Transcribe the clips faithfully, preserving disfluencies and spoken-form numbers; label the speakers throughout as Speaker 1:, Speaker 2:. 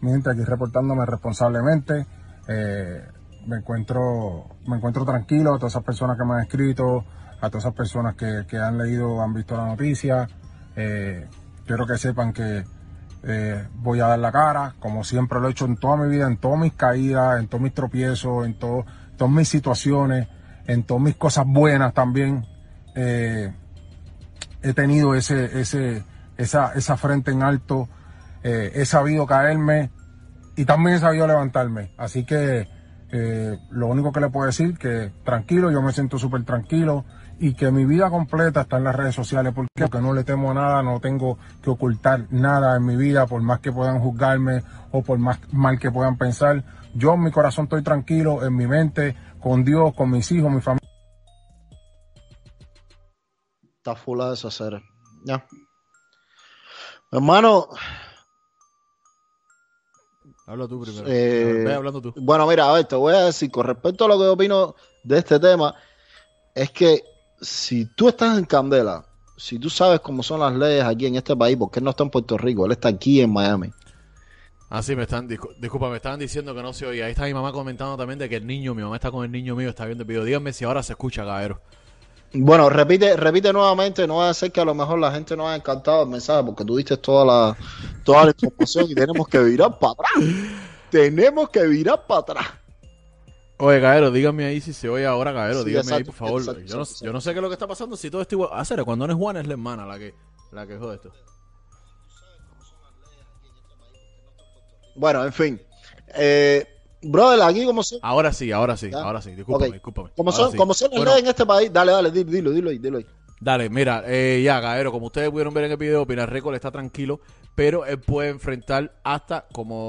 Speaker 1: Mi gente, aquí reportándome responsablemente. Eh, me encuentro me encuentro tranquilo. A todas esas personas que me han escrito, a todas esas personas que, que han leído, han visto la noticia, eh, quiero que sepan que eh, voy a dar la cara, como siempre lo he hecho en toda mi vida, en todas mis caídas, en todos mis tropiezos, en todo, todas mis situaciones, en todas mis cosas buenas también. Eh, he tenido ese ese esa esa frente en alto. Eh, he sabido caerme y también he sabido levantarme. Así que eh, lo único que le puedo decir que tranquilo, yo me siento súper tranquilo y que mi vida completa está en las redes sociales porque no le temo a nada, no tengo que ocultar nada en mi vida por más que puedan juzgarme o por más mal que puedan pensar. Yo en mi corazón estoy tranquilo, en mi mente, con Dios, con mis hijos, mi familia.
Speaker 2: Está full de deshacer. Ya. Hermano...
Speaker 3: Habla tú primero.
Speaker 2: Eh,
Speaker 3: Ve hablando tú.
Speaker 2: Bueno, mira, a ver, te voy a decir, con respecto a lo que opino de este tema, es que si tú estás en Candela, si tú sabes cómo son las leyes aquí en este país, porque él no está en Puerto Rico, él está aquí en Miami.
Speaker 3: Ah, sí, me están, discu disculpa, me estaban diciendo que no se oye. Ahí está mi mamá comentando también de que el niño, mi mamá está con el niño mío, está viendo el video. Díganme si ahora se escucha, caballero.
Speaker 2: Bueno, repite, repite nuevamente, no va a ser que a lo mejor la gente no haya encantado el mensaje porque tú diste toda la, toda la información y tenemos que virar para atrás. Tenemos que virar para atrás.
Speaker 3: Oye, caballero, díganme ahí si se oye ahora, caballero.
Speaker 2: Sí,
Speaker 3: díganme
Speaker 2: exacto,
Speaker 3: ahí, por favor.
Speaker 2: exacto,
Speaker 3: yo, no,
Speaker 2: exacto.
Speaker 3: yo no sé qué es lo que está pasando. Si todo esto igual. Ah, serio, cuando no es Juana es la hermana la que, la que jode esto.
Speaker 2: Bueno, en fin. Eh, brother, aquí como son...
Speaker 3: Ahora sí, ahora sí,
Speaker 2: ¿Ya?
Speaker 3: ahora sí. Discúlpame,
Speaker 2: Okay.
Speaker 3: discúlpame.
Speaker 2: Como
Speaker 3: Ahora
Speaker 2: son,
Speaker 3: sí.
Speaker 2: como son las
Speaker 3: Bueno,
Speaker 2: leyes en este país, dale, dale, dilo, dilo, dilo ahí, dilo ahí.
Speaker 3: Dale, mira, eh, ya, caballero, como ustedes pudieron ver en el video, Pinar Record está tranquilo, pero él puede enfrentar hasta,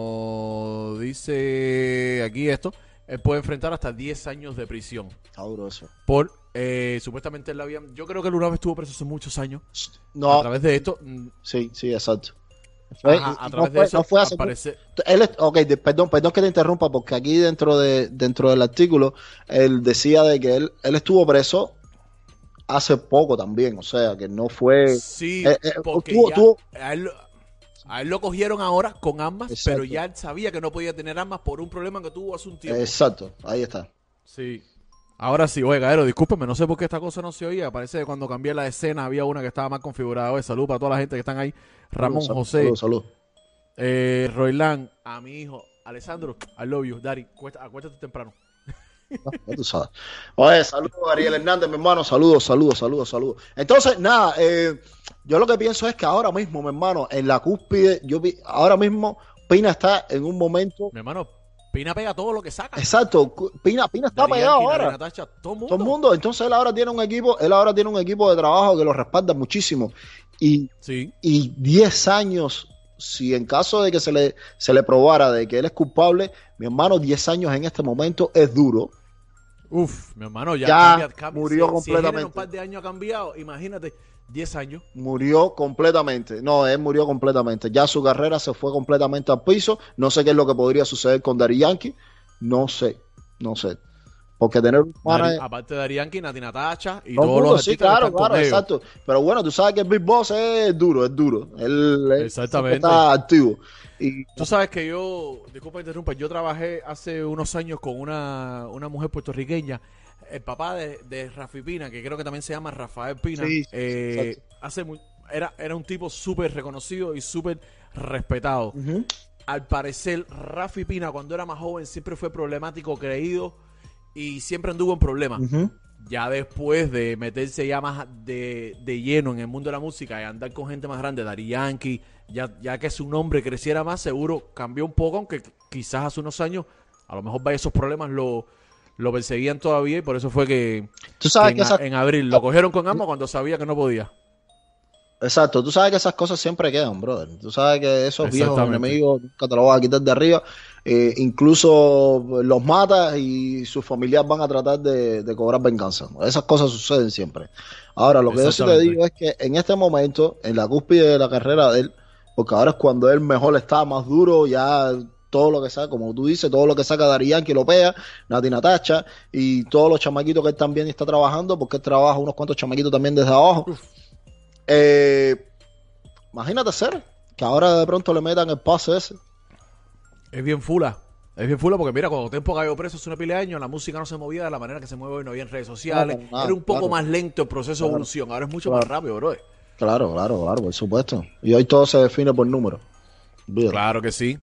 Speaker 3: como dice aquí esto, él puede enfrentar hasta diez años de prisión.
Speaker 2: Está duro eso.
Speaker 3: Por, eh, supuestamente él había, yo creo que él una vez estuvo preso hace muchos años.
Speaker 2: No.
Speaker 3: A través de esto.
Speaker 2: Sí, sí, exacto.
Speaker 3: Fue,
Speaker 2: Ajá,
Speaker 3: a
Speaker 2: no
Speaker 3: través
Speaker 2: fue,
Speaker 3: de eso,
Speaker 2: no fue hace
Speaker 3: aparece...
Speaker 2: él es, ok, de, perdón, perdón que te interrumpa, porque aquí dentro de dentro del artículo, él decía de que él, él estuvo preso hace poco también, o sea, que no fue...
Speaker 3: Sí,
Speaker 2: eh, eh,
Speaker 3: porque
Speaker 2: tuvo,
Speaker 3: ya,
Speaker 2: tuvo,
Speaker 3: a, él, a él lo cogieron ahora con ambas,
Speaker 2: exacto,
Speaker 3: pero ya él sabía que no podía tener ambas por un problema que tuvo hace un tiempo.
Speaker 2: Exacto, ahí está.
Speaker 3: Sí. Ahora sí, oye, caballero, discúlpeme, no sé por qué esta cosa no se oía. Parece que cuando cambié la escena había una que estaba más configurada. Oye, salud para toda la gente que están ahí. Ramón,
Speaker 2: salud,
Speaker 3: José,
Speaker 2: salud, salud.
Speaker 3: Eh, Roilán, a mi hijo, Alessandro, I love you, Daddy, acuéstate temprano.
Speaker 2: Ya tú sabes. Oye, saludos, Ariel Hernández, mi hermano, saludos, saludos, saludos, saludos. Entonces, nada, eh, yo lo que pienso es que ahora mismo, mi hermano, en la cúspide, yo vi, ahora mismo Pina está en un momento...
Speaker 3: Mi hermano, Pina pega todo lo que saca.
Speaker 2: Exacto, Pina, Pina está
Speaker 3: Daddy
Speaker 2: pegado
Speaker 3: Yankee,
Speaker 2: ahora.
Speaker 3: Natacha, todo el mundo.
Speaker 2: Todo el mundo. Entonces él ahora tiene un equipo, él ahora tiene un equipo de trabajo que lo respalda muchísimo. Y,
Speaker 3: sí.
Speaker 2: y diez años, si en caso de que se le, se le probara de que él es culpable, mi hermano, diez años en este momento es duro.
Speaker 3: Uf, mi hermano, ya,
Speaker 2: ya
Speaker 3: cambia, cambia.
Speaker 2: murió
Speaker 3: si,
Speaker 2: completamente.
Speaker 3: Si en un par de años ha cambiado, imagínate, diez años.
Speaker 2: Murió completamente. No, él murió completamente. Ya su carrera se fue completamente al piso. No sé qué es lo que podría suceder con Daddy Yankee. No sé, no sé. Porque tener un
Speaker 3: Dari, aparte de Daddy Yankee, Nati Natacha y
Speaker 2: todo
Speaker 3: todos
Speaker 2: mundo,
Speaker 3: los
Speaker 2: sí, claro, claro, exacto. Pero bueno, tú sabes que el Big Boss es duro, es duro. Él, él
Speaker 3: exactamente.
Speaker 2: Está activo. Y...
Speaker 3: Tú sabes que yo, disculpa interrumpa, yo trabajé hace unos años con una, una mujer puertorriqueña, el papá de, de Rafi Pina, que creo que también se llama Rafael Pina.
Speaker 2: Sí,
Speaker 3: eh, hace muy, era, era un tipo súper reconocido y súper respetado.
Speaker 2: Uh-huh.
Speaker 3: Al parecer, Rafi Pina, cuando era más joven, siempre fue problemático, creído y siempre anduvo en problemas.
Speaker 2: Uh-huh.
Speaker 3: Ya después de meterse ya más de, de lleno en el mundo de la música y andar con gente más grande, Daddy Yankee, ya, ya que su nombre creciera más, seguro cambió un poco, aunque quizás hace unos años a lo mejor vaya esos problemas lo, lo perseguían todavía y por eso fue que,
Speaker 2: ¿Tú sabes
Speaker 3: que
Speaker 2: que
Speaker 3: en,
Speaker 2: esa...
Speaker 3: en abril lo cogieron con ambos cuando sabía que no podía.
Speaker 2: Exacto, tú sabes que esas cosas siempre quedan, brother. Tú sabes que esos viejos enemigos nunca te los vas a quitar de arriba. Eh, incluso los matas y sus familiares van a tratar de, de cobrar venganza. Esas cosas suceden siempre. Ahora, lo que yo sí te digo es que en este momento, en la cúspide de la carrera de él, porque ahora es cuando él mejor está, más duro, ya todo lo que saca, como tú dices, todo lo que saca Daddy Yankee lo pega, Nati Natacha y todos los chamaquitos que él también está trabajando, porque él trabaja unos cuantos chamaquitos también desde abajo. Uf. Eh, imagínate ser que ahora de pronto le metan el pase ese.
Speaker 3: Es bien fula. Es bien fula porque mira, cuando Tempo cayó preso hace una pila de años, la música no se movía de la manera que se mueve hoy, no había en redes sociales.
Speaker 2: Claro, nada,
Speaker 3: Era un poco
Speaker 2: claro.
Speaker 3: más lento el proceso de
Speaker 2: Claro.
Speaker 3: evolución. Ahora es mucho
Speaker 2: Claro.
Speaker 3: más rápido, bro.
Speaker 2: Claro, claro, claro, por supuesto. Y hoy todo se define por números. Olvídalo.
Speaker 3: Claro que sí.